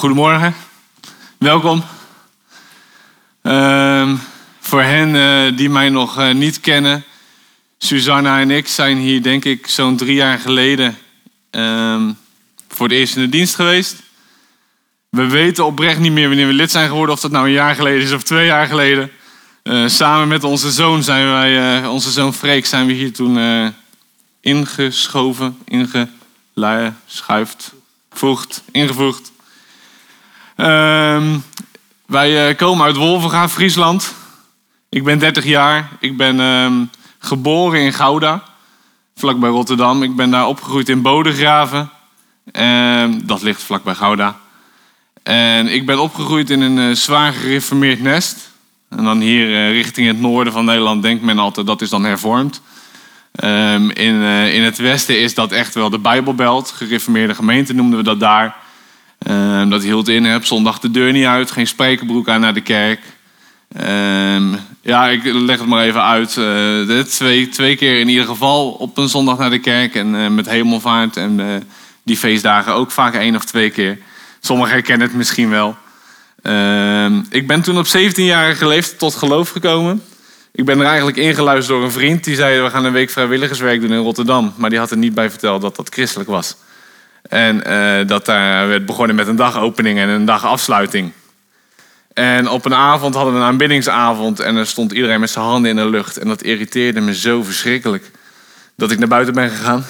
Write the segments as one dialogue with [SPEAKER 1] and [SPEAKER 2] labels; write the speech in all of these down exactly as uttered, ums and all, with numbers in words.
[SPEAKER 1] Goedemorgen, welkom. Uh, voor hen uh, die mij nog uh, niet kennen, Susanna en ik zijn hier denk ik zo'n drie jaar geleden uh, voor het eerst in de dienst geweest. We weten oprecht niet meer wanneer we lid zijn geworden, of dat nou een jaar geleden is of twee jaar geleden. Uh, samen met onze zoon zijn wij, uh, onze zoon Freek, zijn we hier toen uh, ingeschoven, ingeschuift, voegd, ingevoegd. Uh, wij uh, komen uit Wolvenga, Friesland. Ik ben dertig jaar. Ik ben uh, geboren in Gouda, vlakbij Rotterdam. Ik ben daar opgegroeid in Bodegraven. Uh, dat ligt vlakbij Gouda. En ik ben opgegroeid in een uh, zwaar gereformeerd nest. En dan hier uh, richting het noorden van Nederland denkt men altijd dat is dan hervormd. Um, in, uh, in het westen is dat echt wel de Bijbelbelt. Gereformeerde gemeente noemden we dat daar. Um, dat hield in, heb zondag de deur niet uit. Geen spijkerbroek aan naar de kerk. Um, ja, ik leg het maar even uit. Uh, twee, twee keer in ieder geval op een zondag naar de kerk. En uh, met hemelvaart. En uh, die feestdagen ook vaak één of twee keer. Sommigen herkennen het misschien wel. Uh, ik ben toen op zeventienjarige leeftijd tot geloof gekomen. Ik ben er eigenlijk ingeluisterd door een vriend. Die zei, we gaan een week vrijwilligerswerk doen in Rotterdam. Maar die had er niet bij verteld dat dat christelijk was. En uh, dat daar werd begonnen met een dagopening en een dagafsluiting. En op een avond hadden we een aanbiddingsavond. En er stond iedereen met zijn handen in de lucht. En dat irriteerde me zo verschrikkelijk. Dat ik naar buiten ben gegaan.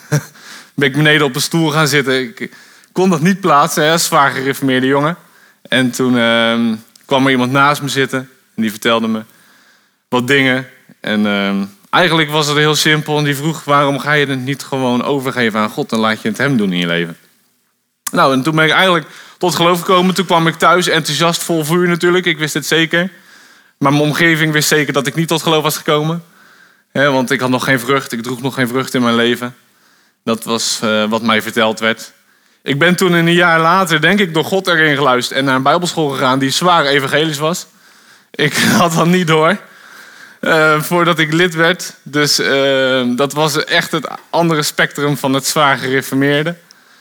[SPEAKER 1] Ben ik beneden op een stoel gaan zitten. Ik kon dat niet plaatsen, hè, zwaar gereformeerde jongen. En toen uh, kwam er iemand naast me zitten. En die vertelde me wat dingen. En uh, eigenlijk was het heel simpel. En die vroeg, waarom ga je het niet gewoon overgeven aan God? En laat je het hem doen in je leven. Nou, en toen ben ik eigenlijk tot geloof gekomen. Toen kwam ik thuis, enthousiast, vol vuur natuurlijk. Ik wist het zeker. Maar mijn omgeving wist zeker dat ik niet tot geloof was gekomen. He, want ik had nog geen vrucht. Ik droeg nog geen vrucht in mijn leven. Dat was uh, wat mij verteld werd. Ik ben toen een jaar later, denk ik, door God erin geluisterd. En naar een bijbelschool gegaan die zwaar evangelisch was. Ik had dat niet door. Uh, voordat ik lid werd. Dus uh, dat was echt het andere spectrum van het zwaar gereformeerde.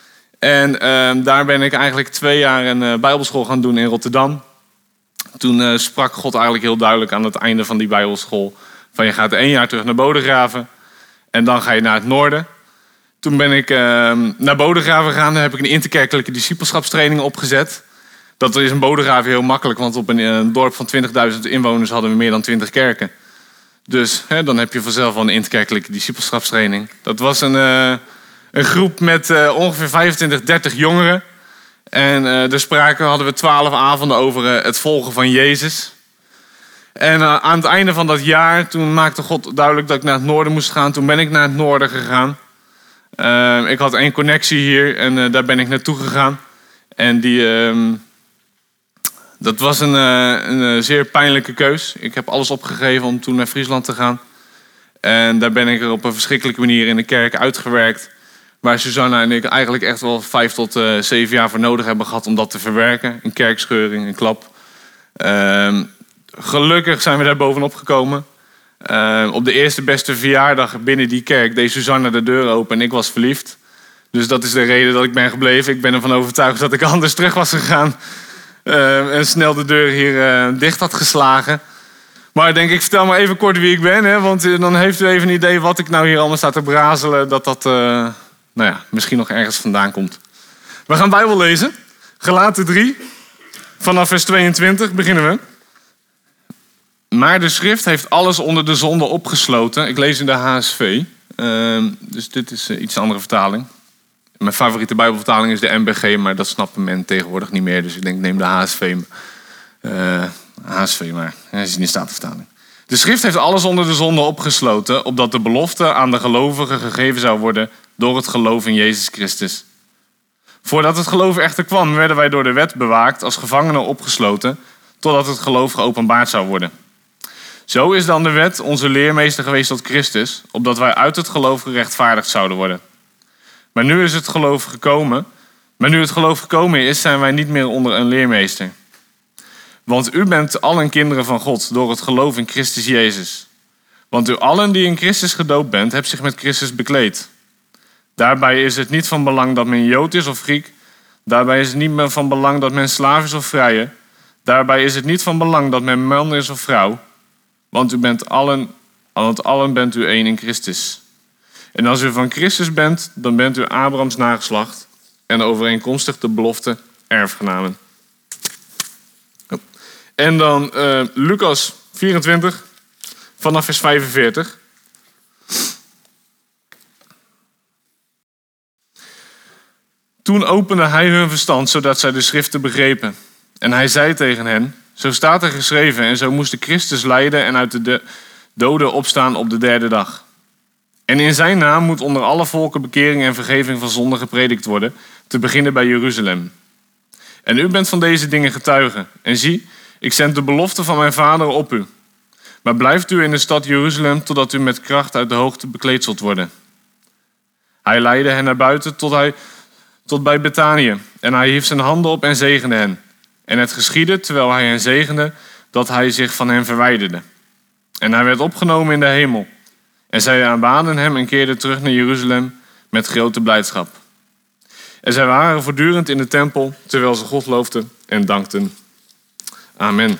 [SPEAKER 1] En uh, daar ben ik eigenlijk twee jaar een uh, bijbelschool gaan doen in Rotterdam. Toen uh, sprak God eigenlijk heel duidelijk aan het einde van die bijbelschool. Van je gaat één jaar terug naar Bodegraven. En dan ga je naar het noorden. Toen ben ik uh, naar Bodegraven gegaan. Daar heb ik een interkerkelijke discipelschapstraining opgezet. Dat is in Bodegraven heel makkelijk. Want op een, een dorp van twintigduizend inwoners hadden we meer dan twintig kerken. Dus hè, dan heb je vanzelf al een interkerkelijke discipelschapstraining. Dat was een, uh, een groep met uh, ongeveer vijfentwintig, dertig jongeren. En uh, daar spraken, hadden we twaalf avonden over uh, het volgen van Jezus. En uh, aan het einde van dat jaar, toen maakte God duidelijk dat ik naar het noorden moest gaan. Toen ben ik naar het noorden gegaan. Uh, ik had één connectie hier en uh, daar ben ik naartoe gegaan. En die... Uh, Dat was een, een zeer pijnlijke keus. Ik heb alles opgegeven om toen naar Friesland te gaan. En daar ben ik er op een verschrikkelijke manier in de kerk uitgewerkt. Waar Susanna en ik eigenlijk echt wel vijf tot uh, zeven jaar voor nodig hebben gehad om dat te verwerken. Een kerkscheuring, een klap. Uh, gelukkig zijn we daar bovenop gekomen. Uh, op de eerste beste verjaardag binnen die kerk deed Susanna de deur open en ik was verliefd. Dus dat is de reden dat ik ben gebleven. Ik ben ervan overtuigd dat ik anders terug was gegaan. Uh, en snel de deur hier uh, dicht had geslagen. Maar ik denk, ik vertel maar even kort wie ik ben. Hè, want uh, dan heeft u even een idee wat ik nou hier allemaal sta te brazelen. Dat dat uh, nou ja, misschien nog ergens vandaan komt. We gaan Bijbel lezen. Galaten drie. Vanaf vers tweeëntwintig beginnen we. Maar de schrift heeft alles onder de zonde opgesloten. Ik lees in de H S V. Uh, dus dit is uh, iets andere vertaling. Mijn favoriete Bijbelvertaling is de M B G, maar dat snapt men tegenwoordig niet meer. Dus ik denk, neem de H S V, uh, H S V maar. Dat is in de Statenvertaling. De schrift heeft alles onder de zonde opgesloten, opdat de belofte aan de gelovigen gegeven zou worden door het geloof in Jezus Christus. Voordat het geloof echter kwam, werden wij door de wet bewaakt, als gevangenen opgesloten, totdat het geloof geopenbaard zou worden. Zo is dan de wet onze leermeester geweest tot Christus, opdat wij uit het geloof gerechtvaardigd zouden worden. Maar nu is het geloof gekomen. Maar nu het geloof gekomen is, zijn wij niet meer onder een leermeester. Want u bent allen kinderen van God door het geloof in Christus Jezus. Want u allen die in Christus gedoopt bent, hebt zich met Christus bekleed. Daarbij is het niet van belang dat men Jood is of Griek, Daarbij is het niet meer van belang dat men slaaf is of vrije. Daarbij is het niet van belang dat men man is of vrouw. Want u bent allen, want allen bent u één in Christus. En als u van Christus bent, dan bent u Abrahams nageslacht en overeenkomstig de belofte erfgenamen. En dan uh, Lucas vierentwintig, vanaf vers vijfenveertig. Toen opende hij hun verstand, zodat zij de schriften begrepen. En hij zei tegen hen, zo staat er geschreven, en zo moest de Christus lijden en uit de, de doden opstaan op de derde dag. En in zijn naam moet onder alle volken bekering en vergeving van zonden gepredikt worden, te beginnen bij Jeruzalem. En u bent van deze dingen getuige. En zie, ik zend de belofte van mijn vader op u. Maar blijft u in de stad Jeruzalem, totdat u met kracht uit de hoogte bekleed zult worden. Hij leidde hen naar buiten tot, hij, tot bij Betanië. En hij hief zijn handen op en zegende hen. En het geschiedde, terwijl hij hen zegende, dat hij zich van hen verwijderde. En hij werd opgenomen in de hemel. En zij aanbaden hem en keerden terug naar Jeruzalem met grote blijdschap. En zij waren voortdurend in de tempel, terwijl ze God loofden en dankten. Amen.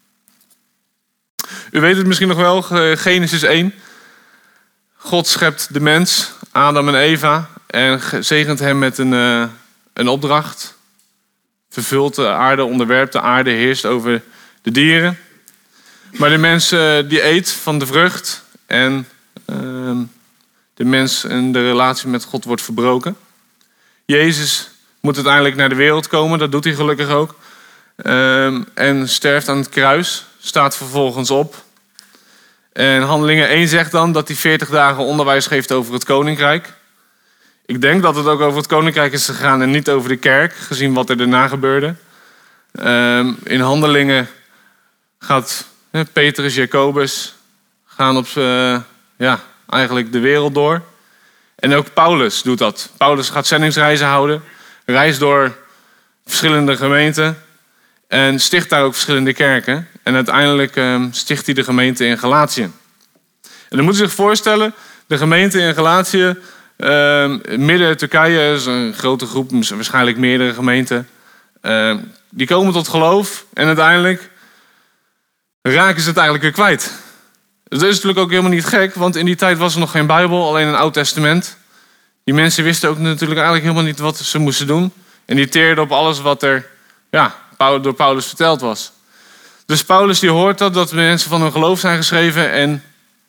[SPEAKER 1] U weet het misschien nog wel, Genesis één. God schept de mens, Adam en Eva, en zegent hem met een, uh, een opdracht. Vervult de aarde, onderwerpt de aarde, heerst over de dieren. Maar de mens uh, die eet van de vrucht en uh, de mens en de relatie met God wordt verbroken. Jezus moet uiteindelijk naar de wereld komen, dat doet hij gelukkig ook. Uh, en sterft aan het kruis, staat vervolgens op. En Handelingen één zegt dan dat hij veertig dagen onderwijs geeft over het koninkrijk. Ik denk dat het ook over het koninkrijk is gegaan en niet over de kerk, gezien wat er daarna gebeurde. Uh, in Handelingen gaat uh, Petrus, Jacobus gaan op uh, ja, eigenlijk de wereld door. En ook Paulus doet dat. Paulus gaat zendingsreizen houden, reist door verschillende gemeenten en sticht daar ook verschillende kerken. En uiteindelijk uh, sticht hij de gemeente in Galatië. En dan moet je zich voorstellen, de gemeente in Galatië, uh, midden Turkije, is een grote groep, waarschijnlijk meerdere gemeenten. Uh, die komen tot geloof en uiteindelijk raken ze het eigenlijk weer kwijt. Dat is natuurlijk ook helemaal niet gek, want in die tijd was er nog geen Bijbel, alleen een Oud Testament. Die mensen wisten ook natuurlijk eigenlijk helemaal niet wat ze moesten doen. En die teerden op alles wat er ja, door Paulus verteld was. Dus Paulus die hoort dat, dat mensen van hun geloof zijn geschreven en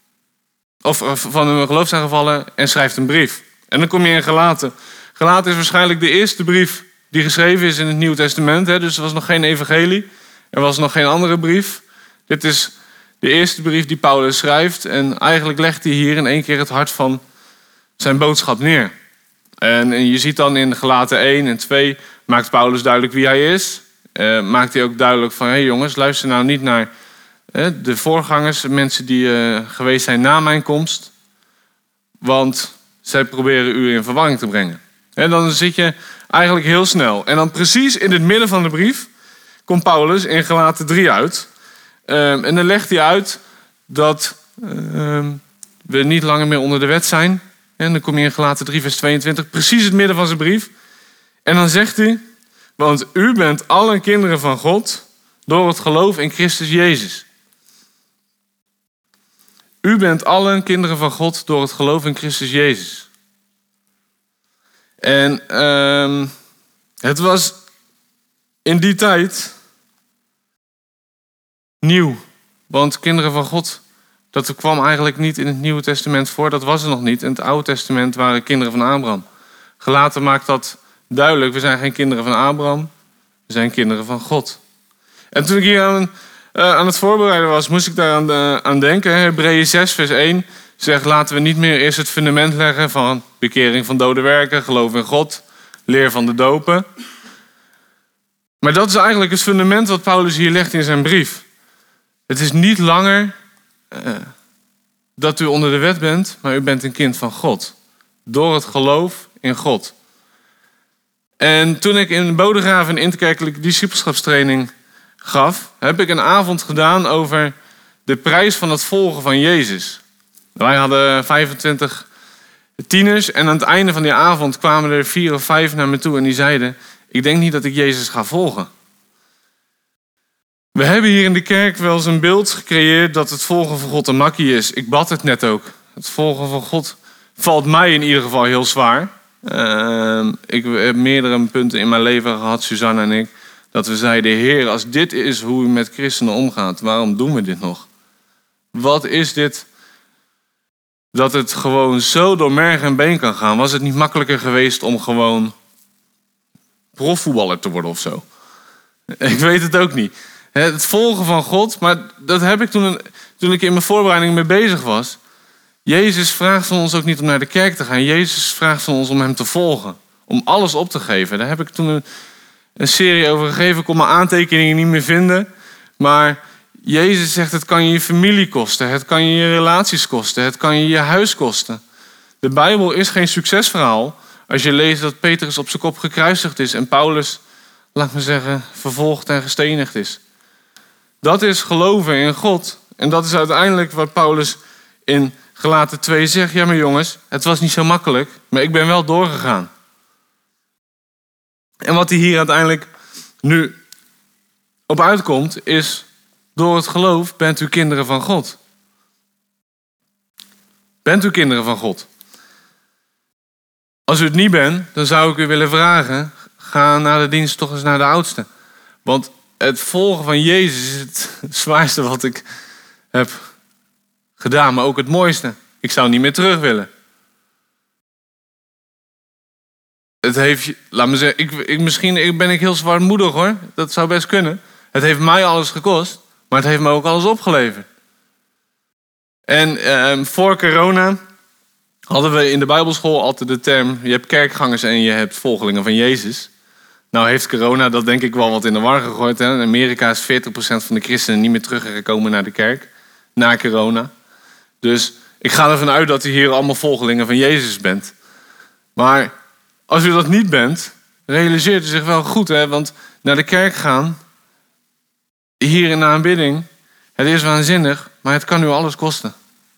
[SPEAKER 1] of van hun geloof zijn gevallen en schrijft een brief. En dan kom je in Galaten. Galaten is waarschijnlijk de eerste brief die geschreven is in het Nieuwe Testament. Hè? Dus er was nog geen evangelie. Er was nog geen andere brief. Dit is de eerste brief die Paulus schrijft. En eigenlijk legt hij hier in één keer het hart van zijn boodschap neer. En, en je ziet dan in Galaten één en twee maakt Paulus duidelijk wie hij is. Uh, maakt hij ook duidelijk van, hé hey jongens, luister nou niet naar uh, de voorgangers, mensen die uh, geweest zijn na mijn komst. Want zij proberen u in verwarring te brengen. En dan zit je eigenlijk heel snel. En dan precies in het midden van de brief komt Paulus in Galaten drie uit. Uh, en dan legt hij uit dat uh, we niet langer meer onder de wet zijn. En dan kom je in Galaten drie vers tweeëntwintig, precies het midden van zijn brief. En dan zegt hij, want u bent allen kinderen van God door het geloof in Christus Jezus. U bent allen kinderen van God door het geloof in Christus Jezus. En uh, het was in die tijd nieuw. Want kinderen van God, dat kwam eigenlijk niet in het Nieuwe Testament voor. Dat was er nog niet. In het Oude Testament waren kinderen van Abraham. Galaten maakt dat duidelijk. We zijn geen kinderen van Abraham. We zijn kinderen van God. En toen ik hier aan, uh, aan het voorbereiden was, moest ik daar aan, uh, aan denken. Hebreeën zes vers één zegt, laten we niet meer eerst het fundament leggen van bekering van dode werken, geloof in God, leer van de dopen. Maar dat is eigenlijk het fundament wat Paulus hier legt in zijn brief. Het is niet langer uh, dat u onder de wet bent, maar u bent een kind van God. Door het geloof in God. En toen ik in Bodegraven een interkerkelijke discipelschapstraining gaf, heb ik een avond gedaan over de prijs van het volgen van Jezus. Wij hadden vijfentwintig tieners en aan het einde van die avond kwamen er vier of vijf naar me toe en die zeiden, Ik denk niet dat ik Jezus ga volgen. We hebben hier in de kerk wel eens een beeld gecreëerd dat het volgen van God een makkie is. Ik bad het net ook. Het volgen van God valt mij in ieder geval heel zwaar. Uh, ik heb meerdere punten in mijn leven gehad, Suzanne en ik, dat we zeiden, Heer, als dit is hoe u met christenen omgaat, waarom doen we dit nog? Wat is dit dat het gewoon zo door merg en been kan gaan? Was het niet makkelijker geweest om gewoon profvoetballer te worden of zo? Ik weet het ook niet. Het volgen van God, maar dat heb ik toen, toen ik in mijn voorbereiding mee bezig was. Jezus vraagt van ons ook niet om naar de kerk te gaan. Jezus vraagt van ons om hem te volgen. Om alles op te geven. Daar heb ik toen een, een serie over gegeven. Ik kon mijn aantekeningen niet meer vinden. Maar Jezus zegt, het kan je je familie kosten. Het kan je je relaties kosten. Het kan je je huis kosten. De Bijbel is geen succesverhaal. Als je leest dat Petrus op zijn kop gekruisigd is. En Paulus, laat me zeggen, vervolgd en gestenigd is. Dat is geloven in God. En dat is uiteindelijk wat Paulus in Galaten twee zegt. Ja, maar jongens, het was niet zo makkelijk. Maar ik ben wel doorgegaan. En wat hij hier uiteindelijk nu op uitkomt, is door het geloof bent u kinderen van God. Bent u kinderen van God. Als u het niet bent, dan zou ik u willen vragen, ga na de dienst toch eens naar de oudste. Want het volgen van Jezus is het zwaarste wat ik heb gedaan, maar ook het mooiste. Ik zou niet meer terug willen. Het heeft, laat me zeggen, ik, ik, misschien ben ik heel zwaarmoedig hoor. Dat zou best kunnen. Het heeft mij alles gekost, maar het heeft me ook alles opgeleverd. En eh, voor corona hadden we in de Bijbelschool altijd de term, je hebt kerkgangers en je hebt volgelingen van Jezus. Nou heeft corona dat denk ik wel wat in de war gegooid. Hè? In Amerika is veertig procent van de christenen niet meer teruggekomen naar de kerk. Na corona. Dus ik ga ervan uit dat u hier allemaal volgelingen van Jezus bent. Maar als u dat niet bent, realiseert u zich wel goed. Hè? Want naar de kerk gaan, hier in de aanbidding, het is waanzinnig, maar het kan u alles kosten.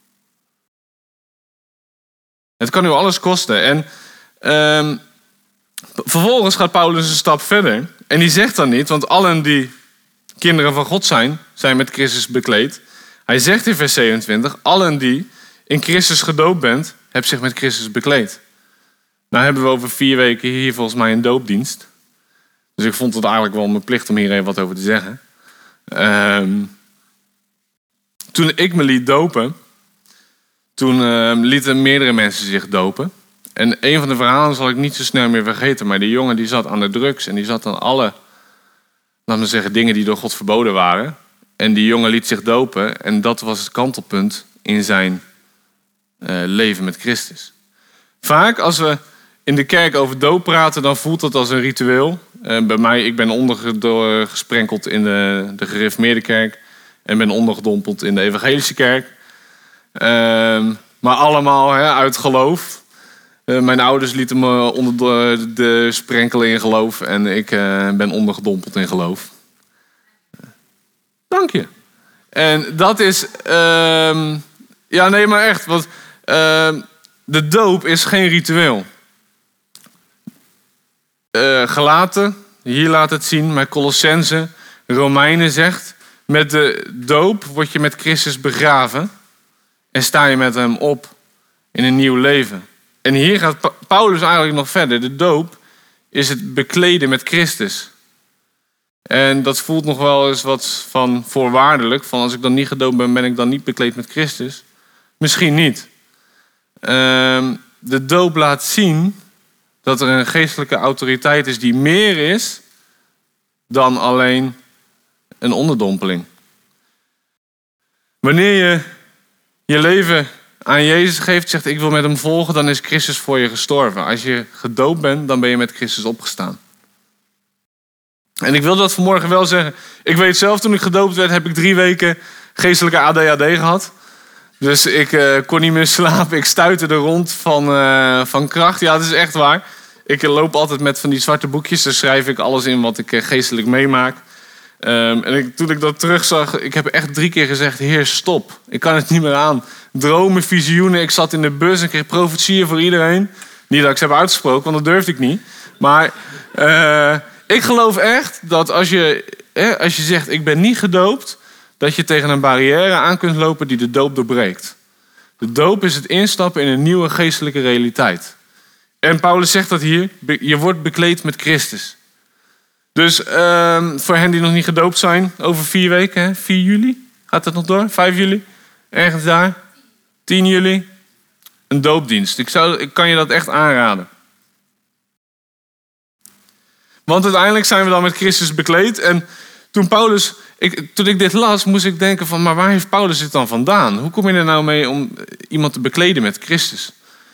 [SPEAKER 1] Het kan u alles kosten. En um, vervolgens gaat Paulus een stap verder. En die zegt dan niet, want allen die kinderen van God zijn, zijn met Christus bekleed. Hij zegt in vers zevenentwintig, allen die in Christus gedoopt bent, hebben zich met Christus bekleed. Nou hebben we over vier weken hier volgens mij een doopdienst. Dus ik vond het eigenlijk wel mijn plicht om hier even wat over te zeggen. Um, toen ik me liet dopen, toen uh, lieten meerdere mensen zich dopen. En een van de verhalen zal ik niet zo snel meer vergeten. Maar die jongen die zat aan de drugs en die zat aan alle, laat me zeggen, dingen die door God verboden waren. En die jongen liet zich dopen en dat was het kantelpunt in zijn uh, leven met Christus. Vaak als we in de kerk over doop praten, dan voelt dat als een ritueel. Uh, bij mij, ik ben ondergesprenkeld in de, de gereformeerde kerk en ben ondergedompeld in de evangelische kerk. Uh, maar allemaal hè, uit geloof. Uh, mijn ouders lieten me onder de, de sprenkelen in geloof en ik uh, ben ondergedompeld in geloof. Dank je. En dat is, uh, ja nee maar echt, want uh, de doop is geen ritueel. Uh, Galaten, hier laat het zien, maar Colossenzen, Romeinen zegt, met de doop word je met Christus begraven en sta je met hem op in een nieuw leven. En hier gaat Paulus eigenlijk nog verder. De doop is het bekleden met Christus. En dat voelt nog wel eens wat van voorwaardelijk. Van als ik dan niet gedoopt ben, ben ik dan niet bekleed met Christus? Misschien niet. Um, de doop laat zien dat er een geestelijke autoriteit is die meer is dan alleen een onderdompeling. Wanneer je je leven aan Jezus geeft, zegt ik wil met hem volgen, dan is Christus voor je gestorven. Als je gedoopt bent, dan ben je met Christus opgestaan. En ik wil dat vanmorgen wel zeggen. Ik weet zelf, toen ik gedoopt werd, heb ik drie weken geestelijke A D H D gehad. Dus ik uh, kon niet meer slapen. Ik stuitte er rond van, uh, van kracht. Ja, dat is echt waar. Ik loop altijd met van die zwarte boekjes. Daar schrijf ik alles in wat ik uh, geestelijk meemaak. Um, en ik, toen ik dat terugzag, ik heb echt drie keer gezegd, Heer, stop. Ik kan het niet meer aan. Dromen, visioenen. Ik zat in de bus en kreeg profetieën voor iedereen. Niet dat ik ze heb uitgesproken, want dat durfde ik niet. Maar Uh, ik geloof echt dat als je, hè, als je zegt ik ben niet gedoopt, dat je tegen een barrière aan kunt lopen die de doop doorbreekt. De doop is het instappen in een nieuwe geestelijke realiteit. En Paulus zegt dat hier, je wordt bekleed met Christus. Dus uh, voor hen die nog niet gedoopt zijn, over vier weken, hè? vier juli, gaat dat nog door? vijf juli? Ergens daar? tien juli? Een doopdienst. Ik, zou, ik kan je dat echt aanraden. Want uiteindelijk zijn we dan met Christus bekleed. En toen Paulus, ik, toen ik dit las, moest ik denken van, maar waar heeft Paulus dit dan vandaan? Hoe kom je er nou mee om iemand te bekleden met Christus?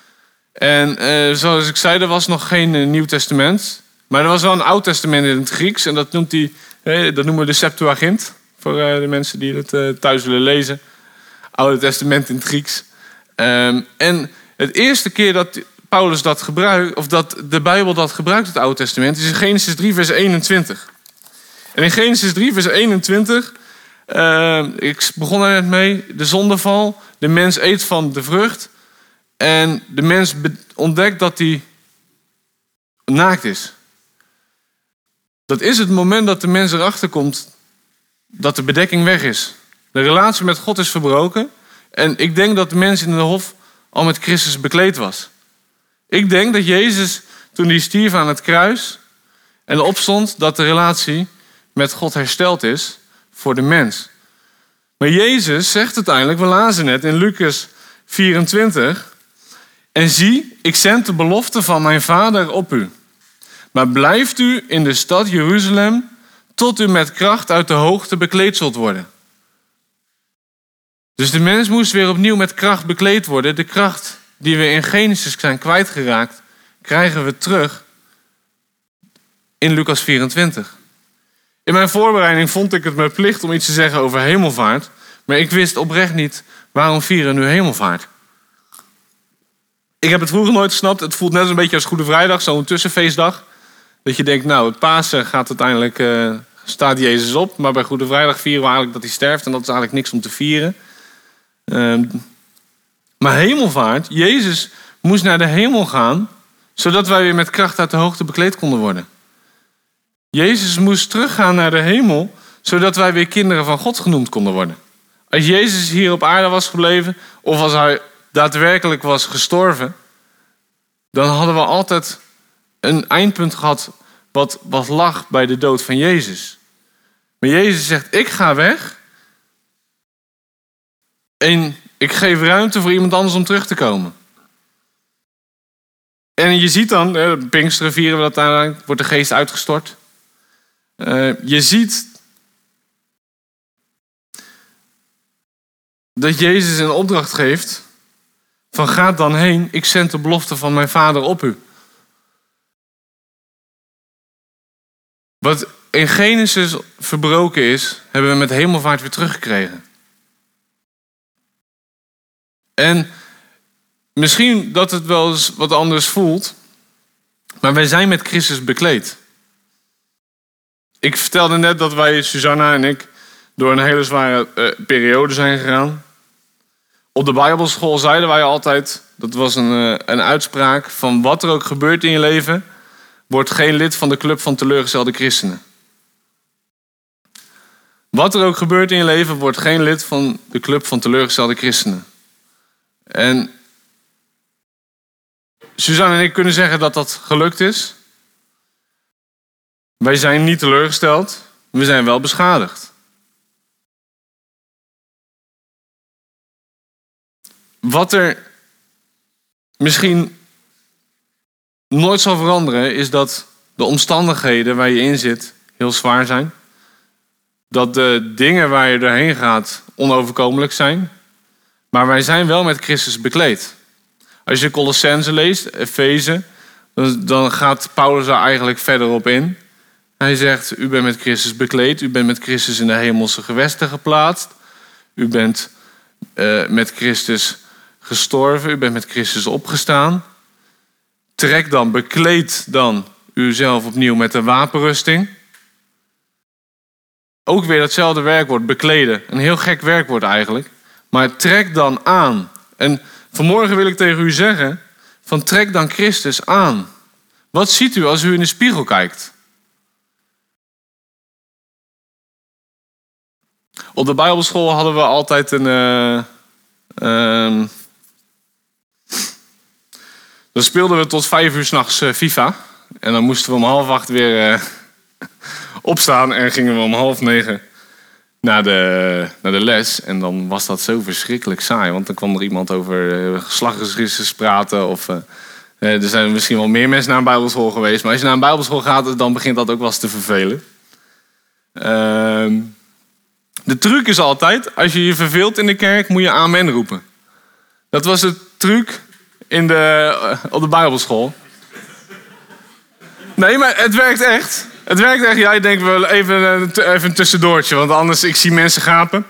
[SPEAKER 1] En uh, zoals ik zei, er was nog geen uh, Nieuw Testament. Maar er was wel een Oud Testament in het Grieks. En dat, noemt hij, eh, dat noemen we de Septuagint. Voor uh, de mensen die het uh, thuis willen lezen. Oude Testament in het Grieks. Um, en het eerste keer dat Paulus dat gebruikt, of dat de Bijbel dat gebruikt, het Oude Testament, is in Genesis drie, vers eenentwintig. En in Genesis drie, vers eenentwintig, uh, ik begon er net mee, de zondeval, de mens eet van de vrucht. En de mens ontdekt dat hij naakt is. Dat is het moment dat de mens erachter komt dat de bedekking weg is. De relatie met God is verbroken. En ik denk dat de mens in de hof al met Christus bekleed was. Ik denk dat Jezus, toen hij stierf aan het kruis en opstond, dat de relatie met God hersteld is voor de mens. Maar Jezus zegt uiteindelijk, we lazen net in Lucas vierentwintig... En zie, ik zend de belofte van mijn Vader op u. Maar blijft u in de stad Jeruzalem tot u met kracht uit de hoogte bekleed zult worden. Dus de mens moest weer opnieuw met kracht bekleed worden. De kracht die we in Genesis zijn kwijtgeraakt, krijgen we terug in Lucas vierentwintig. In mijn voorbereiding vond ik het mijn plicht om iets te zeggen over hemelvaart. Maar ik wist oprecht niet, waarom vieren we nu hemelvaart? Ik heb het vroeger nooit gesnapt. Het voelt net een beetje als Goede Vrijdag, zo'n tussenfeestdag. Dat je denkt, nou, het Pasen gaat uiteindelijk, uh, staat Jezus op. Maar bij Goede Vrijdag vieren we eigenlijk dat hij sterft. En dat is eigenlijk niks om te vieren. Uh, maar hemelvaart, Jezus moest naar de hemel gaan, zodat wij weer met kracht uit de hoogte bekleed konden worden. Jezus moest teruggaan naar de hemel, zodat wij weer kinderen van God genoemd konden worden. Als Jezus hier op aarde was gebleven, of als hij daadwerkelijk was gestorven, dan hadden we altijd een eindpunt gehad wat, wat lag bij de dood van Jezus. Maar Jezus zegt, ik ga weg en ik geef ruimte voor iemand anders om terug te komen. En je ziet dan, Pinksteren vieren we dat uiteindelijk, wordt de geest uitgestort. Uh, je ziet dat Jezus een opdracht geeft van ga dan heen, ik zend de belofte van mijn Vader op u. Wat in Genesis verbroken is, hebben we met hemelvaart weer teruggekregen. En misschien dat het wel eens wat anders voelt, maar wij zijn met Christus bekleed. Ik vertelde net dat wij, Susanna en ik, door een hele zware uh, periode zijn gegaan. Op de Bijbelschool zeiden wij altijd, dat was een, uh, een uitspraak, van wat er ook gebeurt in je leven, word geen lid van de club van teleurgestelde christenen. Wat er ook gebeurt in je leven, word geen lid van de club van teleurgestelde christenen. En Suzanne en ik kunnen zeggen dat dat gelukt is. Wij zijn niet teleurgesteld, we zijn wel beschadigd. Wat er misschien nooit zal veranderen, is dat de omstandigheden waar je in zit heel zwaar zijn. Dat de dingen waar je doorheen gaat onoverkomelijk zijn. Maar wij zijn wel met Christus bekleed. Als je Colossenzen leest, Efeze, dan gaat Paulus daar eigenlijk verder op in. Hij zegt, u bent met Christus bekleed, u bent met Christus in de hemelse gewesten geplaatst. U bent uh, met Christus gestorven, u bent met Christus opgestaan. Trek dan, bekleed dan uzelf opnieuw met de wapenrusting. Ook weer datzelfde werkwoord, bekleden. Een heel gek werkwoord eigenlijk. Maar trek dan aan. En vanmorgen wil ik tegen u zeggen, van trek dan Christus aan. Wat ziet u als u in de spiegel kijkt? Op de Bijbelschool hadden we altijd een... Uh, uh, dan speelden we tot vijf uur 's nachts uh, FIFA. En dan moesten we om half acht weer uh, opstaan en gingen we om half negen naar de, naar de les. En dan was dat zo verschrikkelijk saai. Want dan kwam er iemand over uh, geslachtsregistraties praten. Of, uh, uh, er zijn misschien wel meer mensen naar een Bijbelschool geweest. Maar als je naar een Bijbelschool gaat, dan begint dat ook wel eens te vervelen. Uh, de truc is altijd, als je je verveelt in de kerk, moet je amen roepen. Dat was de truc in de, uh, op de Bijbelschool. Nee, maar het werkt echt. Het werkt echt. Ja, ik denk wel even, even een tussendoortje, want anders ik zie mensen gapen.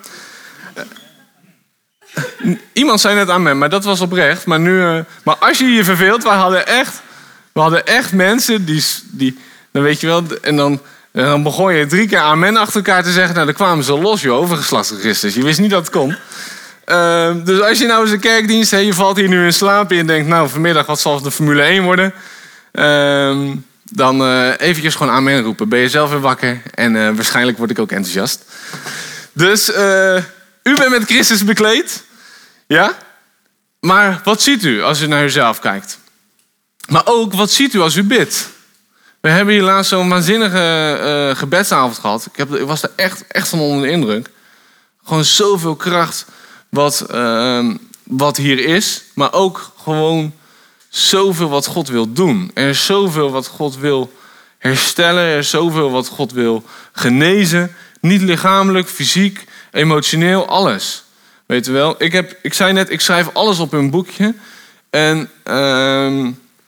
[SPEAKER 1] Iemand zei net amen, maar dat was oprecht. Maar, nu, uh, maar als je je verveelt, wij hadden echt, we hadden echt mensen die, die, dan weet je wel, en dan, en dan begon je drie keer amen achter elkaar te zeggen. Nou, dan kwamen ze los, joh, over geslachtsregisters. Je wist niet dat het kon. Uh, dus als je nou eens een kerkdienst, hey, je valt hier nu in slaap en je denkt, nou, vanmiddag wat zal de Formule één worden? Uh, dan uh, eventjes gewoon amen roepen. Ben je zelf weer wakker en uh, waarschijnlijk word ik ook enthousiast. Dus uh, u bent met Christus bekleed. Ja? Maar wat ziet u als u naar uzelf kijkt? Maar ook, wat ziet u als u bidt? We hebben hier laatst zo'n waanzinnige uh, gebedsavond gehad. Ik, heb, ik was er echt, echt van onder de indruk. Gewoon zoveel kracht wat, uh, wat hier is. Maar ook gewoon zoveel wat God wil doen. Er is zoveel wat God wil herstellen. Er is zoveel wat God wil genezen. Niet lichamelijk, fysiek, emotioneel, alles. Weet je wel? Ik, heb, ik zei net, ik schrijf alles op een boekje. En uh,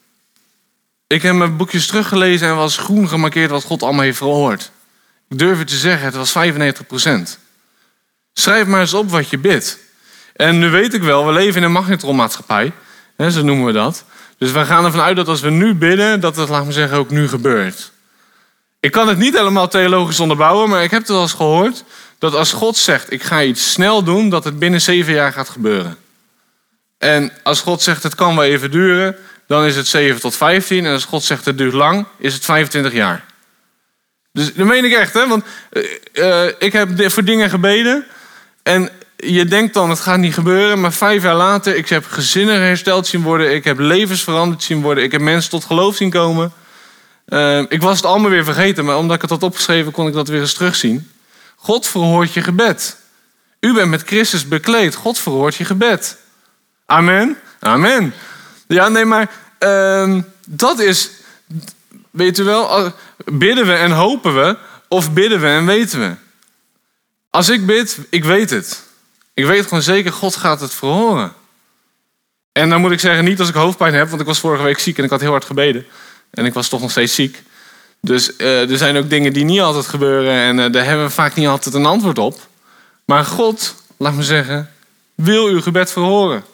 [SPEAKER 1] ik heb mijn boekjes teruggelezen en was groen gemarkeerd wat God allemaal heeft verhoord. Ik durf het te zeggen, het was vijfennegentig procent. Schrijf maar eens op wat je bidt. En nu weet ik wel, we leven in een magnetronmaatschappij. Hè, zo noemen we dat. Dus we gaan ervan uit dat als we nu bidden, dat het, laat me zeggen, ook nu gebeurt. Ik kan het niet helemaal theologisch onderbouwen, maar ik heb het wel eens gehoord dat als God zegt, ik ga iets snel doen, dat het binnen zeven jaar gaat gebeuren. En als God zegt, het kan wel even duren, dan is het zeven tot vijftien. En als God zegt, het duurt lang, is het vijfentwintig jaar. Dus dat meen ik echt, hè? Want uh, ik heb voor dingen gebeden en je denkt dan, het gaat niet gebeuren, maar vijf jaar later, ik heb gezinnen hersteld zien worden, ik heb levens veranderd zien worden, ik heb mensen tot geloof zien komen. Uh, ik was het allemaal weer vergeten, maar omdat ik het had opgeschreven, kon ik dat weer eens terugzien. God verhoort je gebed. U bent met Christus bekleed. God verhoort je gebed. Amen. Amen. Ja, nee, maar uh, dat is, weet u wel, bidden we en hopen we, of bidden we en weten we. Als ik bid, ik weet het. Ik weet gewoon zeker, God gaat het verhoren. En dan moet ik zeggen, niet als ik hoofdpijn heb, want ik was vorige week ziek en ik had heel hard gebeden. En ik was toch nog steeds ziek. Dus uh, er zijn ook dingen die niet altijd gebeuren en uh, daar hebben we vaak niet altijd een antwoord op. Maar God, laat me zeggen, wil uw gebed verhoren.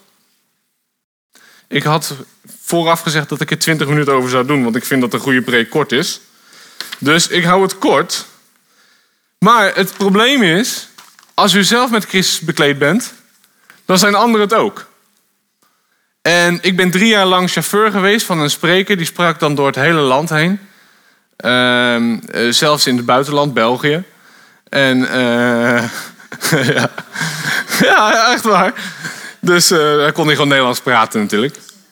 [SPEAKER 1] Ik had vooraf gezegd dat ik er twintig minuten over zou doen, want ik vind dat een goede preek kort is. Dus ik hou het kort. Maar het probleem is, als u zelf met Christus bekleed bent, dan zijn anderen het ook. En ik ben drie jaar lang chauffeur geweest van een spreker, die sprak dan door het hele land heen. Uh, uh, zelfs in het buitenland, België. En uh, ja. ja, echt waar. Dus uh, daar kon hij gewoon Nederlands praten natuurlijk.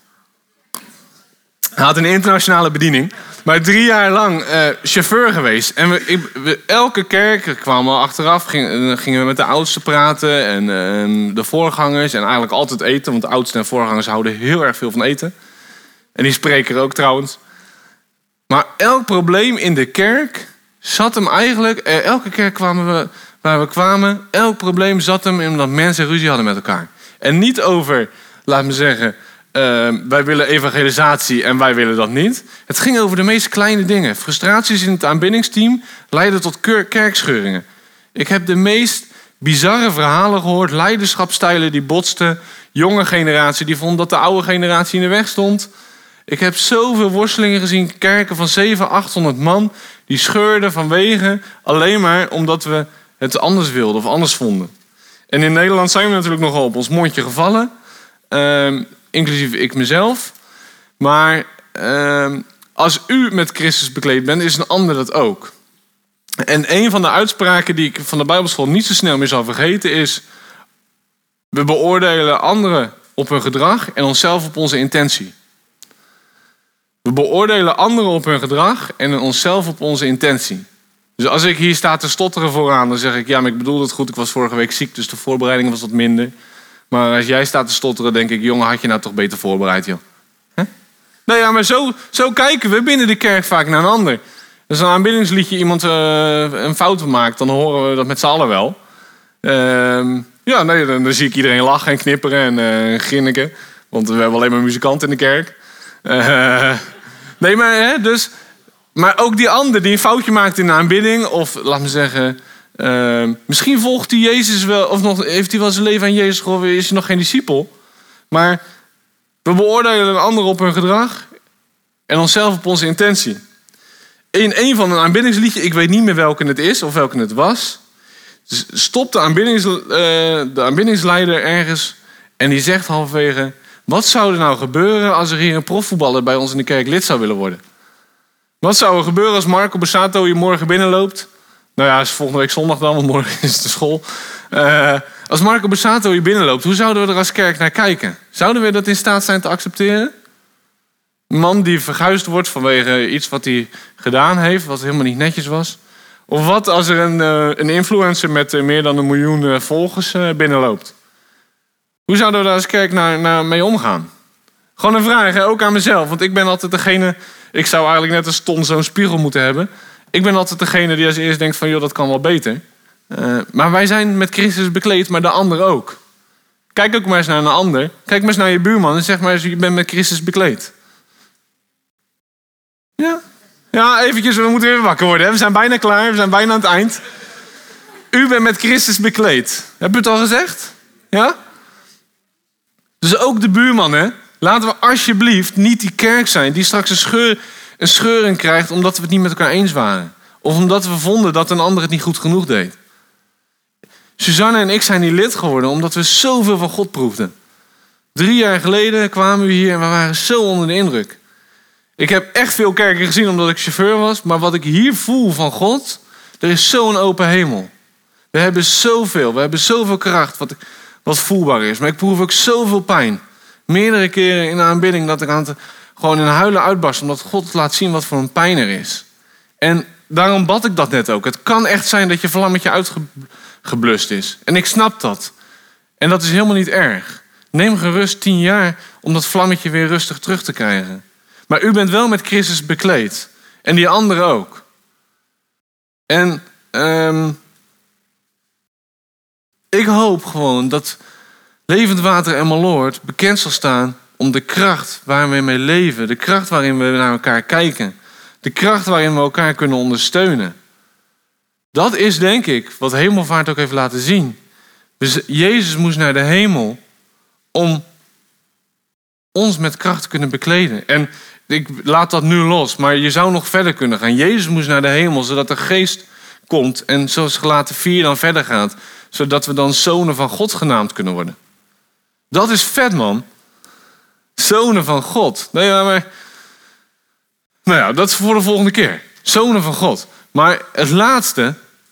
[SPEAKER 1] Hij had een internationale bediening. Maar drie jaar lang uh, chauffeur geweest. En we, ik, we, elke kerk kwamen we achteraf. Ging, gingen we met de oudsten praten. En uh, de voorgangers. En eigenlijk altijd eten. Want de oudsten en voorgangers houden heel erg veel van eten. En die spreken ook trouwens. Maar elk probleem in de kerk zat hem eigenlijk... Uh, elke kerk kwamen we, waar we kwamen... Elk probleem zat hem in dat mensen ruzie hadden met elkaar. En niet over, laat me zeggen... Uh, wij willen evangelisatie en wij willen dat niet. Het ging over de meest kleine dingen. Frustraties in het aanbiddingsteam leidden tot kerkscheuringen. Ik heb de meest bizarre verhalen gehoord. Leiderschapstijlen die botsten. Jonge generatie die vond dat de oude generatie in de weg stond. Ik heb zoveel worstelingen gezien. Kerken van zevenhonderd, achthonderd man. Die scheurden vanwege alleen maar omdat we het anders wilden of anders vonden. En in Nederland zijn we natuurlijk nogal op ons mondje gevallen. Uh, Inclusief ik mezelf. Maar uh, als u met Christus bekleed bent, is een ander dat ook. En een van de uitspraken die ik van de Bijbelschool niet zo snel meer zal vergeten is: we beoordelen anderen op hun gedrag en onszelf op onze intentie. We beoordelen anderen op hun gedrag en onszelf op onze intentie. Dus als ik hier sta te stotteren vooraan, dan zeg ik: ja, maar ik bedoel het goed, ik was vorige week ziek, dus de voorbereiding was wat minder. Maar als jij staat te stotteren, denk ik: jongen, had je nou toch beter voorbereid, joh. Hè? Nou ja, maar zo, zo kijken we binnen de kerk vaak naar een ander. Als een aanbiddingsliedje iemand uh, een fout maakt, dan horen we dat met z'n allen wel. Uh, ja, nee, dan, dan zie ik iedereen lachen en knipperen en uh, grinniken. Want we hebben alleen maar muzikanten in de kerk. Uh, nee, maar, hè, dus, maar ook die ander die een foutje maakt in de aanbidding, of laat me zeggen, uh, misschien volgt hij Jezus wel, of nog, heeft hij wel zijn leven aan Jezus gehouden, is hij nog geen discipel. Maar we beoordelen een ander op hun gedrag en onszelf op onze intentie. In een van een aanbiddingsliedje, ik weet niet meer welke het is of welke het was, stopt de, aanbiddings, uh, de aanbiddingsleider ergens en die zegt halverwege: wat zou er nou gebeuren als er hier een profvoetballer bij ons in de kerk lid zou willen worden? Wat zou er gebeuren als Marco Borsato hier morgen binnenloopt? Nou ja, is volgende week zondag dan, want morgen is de school. Uh, als Marco Borsato hier binnenloopt, hoe zouden we er als kerk naar kijken? Zouden we dat in staat zijn te accepteren? Een man die verguisd wordt vanwege iets wat hij gedaan heeft, wat helemaal niet netjes was. Of wat als er een, uh, een influencer met uh, meer dan een miljoen uh, volgers uh, binnenloopt? Hoe zouden we daar als kerk naar, naar mee omgaan? Gewoon een vraag, hè? Ook aan mezelf. Want ik ben altijd degene, ik zou eigenlijk net als Ton zo'n spiegel moeten hebben. Ik ben altijd degene die als eerst denkt van, joh, dat kan wel beter. Uh, maar wij zijn met Christus bekleed, maar de ander ook. Kijk ook maar eens naar een ander. Kijk maar eens naar je buurman en zeg maar eens, je bent met Christus bekleed. Ja, ja, eventjes, we moeten weer wakker worden. Hè? We zijn bijna klaar, we zijn bijna aan het eind. U bent met Christus bekleed. Heb je het al gezegd? Ja? Dus ook de buurman, hè? Laten we alsjeblieft niet die kerk zijn die straks een, scheur, een scheuring krijgt omdat we het niet met elkaar eens waren. Of omdat we vonden dat een ander het niet goed genoeg deed. Suzanne en ik zijn hier lid geworden omdat we zoveel van God proefden. Drie jaar geleden kwamen we hier en we waren zo onder de indruk. Ik heb echt veel kerken gezien omdat ik chauffeur was. Maar wat ik hier voel van God, er is zo'n open hemel. We hebben zoveel, we hebben zoveel kracht wat, wat voelbaar is. Maar ik proef ook zoveel pijn. Meerdere keren in de aanbidding dat ik aan het, gewoon in huilen uitbarst. Omdat God laat zien wat voor een pijn er is. En daarom bad ik dat net ook. Het kan echt zijn dat je vlammetje uitgeblust is. En ik snap dat. En dat is helemaal niet erg. Neem gerust tien jaar om dat vlammetje weer rustig terug te krijgen. Maar u bent wel met Christus bekleed. En die anderen ook. En um, ik hoop gewoon dat Levend Water Emmeloord bekend zal staan om de kracht waar we mee leven. De kracht waarin we naar elkaar kijken. De kracht waarin we elkaar kunnen ondersteunen. Dat is denk ik wat Hemelvaart ook heeft laten zien. Dus Jezus moest naar de hemel om ons met kracht te kunnen bekleden. En ik laat dat nu los, maar je zou nog verder kunnen gaan. Jezus moest naar de hemel, zodat de geest komt en zoals Galaten vier dan verder gaat. Zodat we dan zonen van God genaamd kunnen worden. Dat is vet, man. Zonen van God. Nee, maar... Nou ja, dat is voor de volgende keer. Zonen van God. Maar het laatste...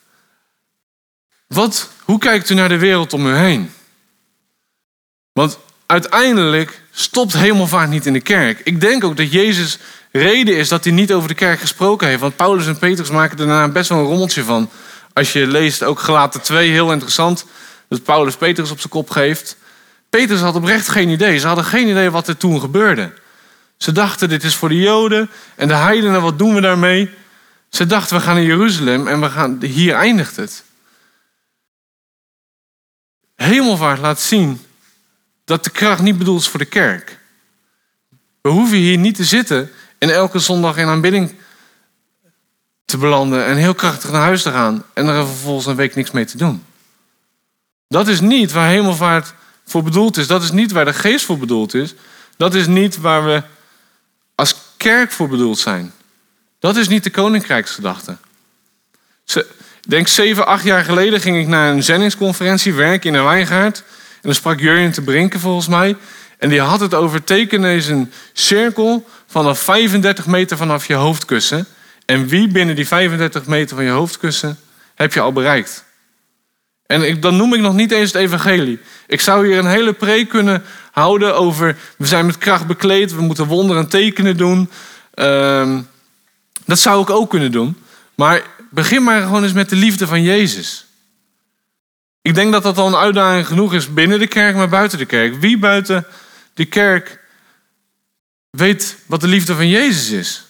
[SPEAKER 1] Wat, hoe kijkt u naar de wereld om u heen? Want uiteindelijk stopt hemelvaart niet in de kerk. Ik denk ook dat Jezus reden is dat hij niet over de kerk gesproken heeft. Want Paulus en Petrus maken er daarna best wel een rommeltje van. Als je leest ook Galaten twee, heel interessant. Dat Paulus Petrus op zijn kop geeft. Petrus had oprecht geen idee. Ze hadden geen idee wat er toen gebeurde. Ze dachten, dit is voor de Joden. En de heidenen, wat doen we daarmee? Ze dachten, we gaan naar Jeruzalem en we gaan, hier eindigt het. Hemelvaart laat zien dat de kracht niet bedoeld is voor de kerk. We hoeven hier niet te zitten en elke zondag in aanbidding te belanden en heel krachtig naar huis te gaan en er vervolgens een week niks mee te doen. Dat is niet waar hemelvaart voor bedoeld is. Dat is niet waar de geest voor bedoeld is. Dat is niet waar we als kerk voor bedoeld zijn. Dat is niet de koninkrijksgedachte. Ik denk zeven, acht jaar geleden ging ik naar een zendingsconferentie, werken in een wijngaard. En dan sprak Jurjen te Brinken volgens mij. En die had het over tekenen is een cirkel vanaf vijfendertig meter vanaf je hoofdkussen. En wie binnen die vijfendertig meter van je hoofdkussen heb je al bereikt? En ik, dan noem ik nog niet eens het evangelie. Ik zou hier een hele preek kunnen houden over, we zijn met kracht bekleed, we moeten wonderen en tekenen doen. Uh, dat zou ik ook kunnen doen. Maar begin maar gewoon eens met de liefde van Jezus. Ik denk dat dat al een uitdaging genoeg is binnen de kerk, maar buiten de kerk. Wie buiten de kerk weet wat de liefde van Jezus is?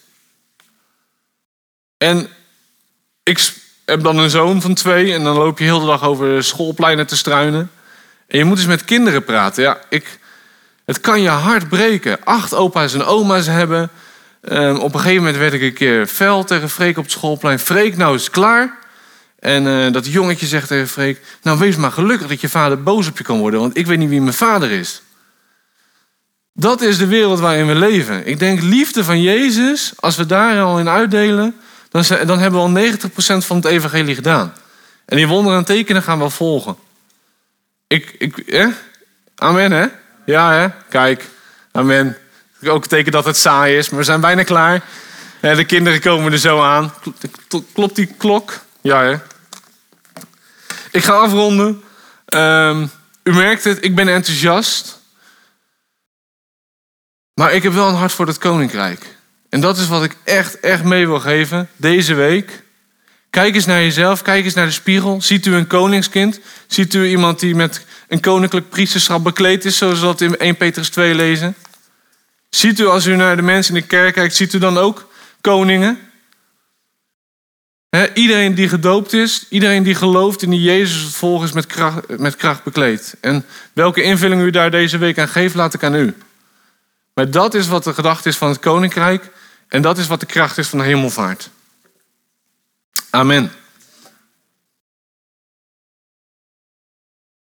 [SPEAKER 1] En ik heb dan een zoon van twee en dan loop je heel de dag over de schoolpleinen te struinen. En je moet eens met kinderen praten. Ja, ik, het kan je hart breken. Acht opa's en oma's hebben. Um, op een gegeven moment werd ik een keer fel tegen Freek op het schoolplein. Freek, nou is het klaar. En uh, dat jongetje zegt tegen Freek, nou wees maar gelukkig dat je vader boos op je kan worden, want ik weet niet wie mijn vader is. Dat is de wereld waarin we leven. Ik denk, liefde van Jezus, als we daar al in uitdelen, dan, dan hebben we al negentig procent van het evangelie gedaan. En die wonderen en tekenen gaan wel volgen. Ik, ik, eh? Amen, hè? Ja, hè? Kijk, amen. Ook een teken dat het saai is, maar we zijn bijna klaar. De kinderen komen er zo aan. Klopt die klok? Ja, hè? Ik ga afronden. Um, u merkt het, ik ben enthousiast. Maar ik heb wel een hart voor het koninkrijk. En dat is wat ik echt, echt mee wil geven deze week. Kijk eens naar jezelf, kijk eens naar de spiegel. Ziet u een koningskind? Ziet u iemand die met een koninklijk priesterschap bekleed is, zoals we dat in Eerste Petrus twee lezen? Ziet u, als u naar de mensen in de kerk kijkt, ziet u dan ook koningen? He, iedereen die gedoopt is, iedereen die gelooft in die Jezus het volgen is met kracht, met kracht bekleed. En welke invulling u daar deze week aan geeft, laat ik aan u. Maar dat is wat de gedachte is van het koninkrijk. En dat is wat de kracht is van de hemelvaart. Amen.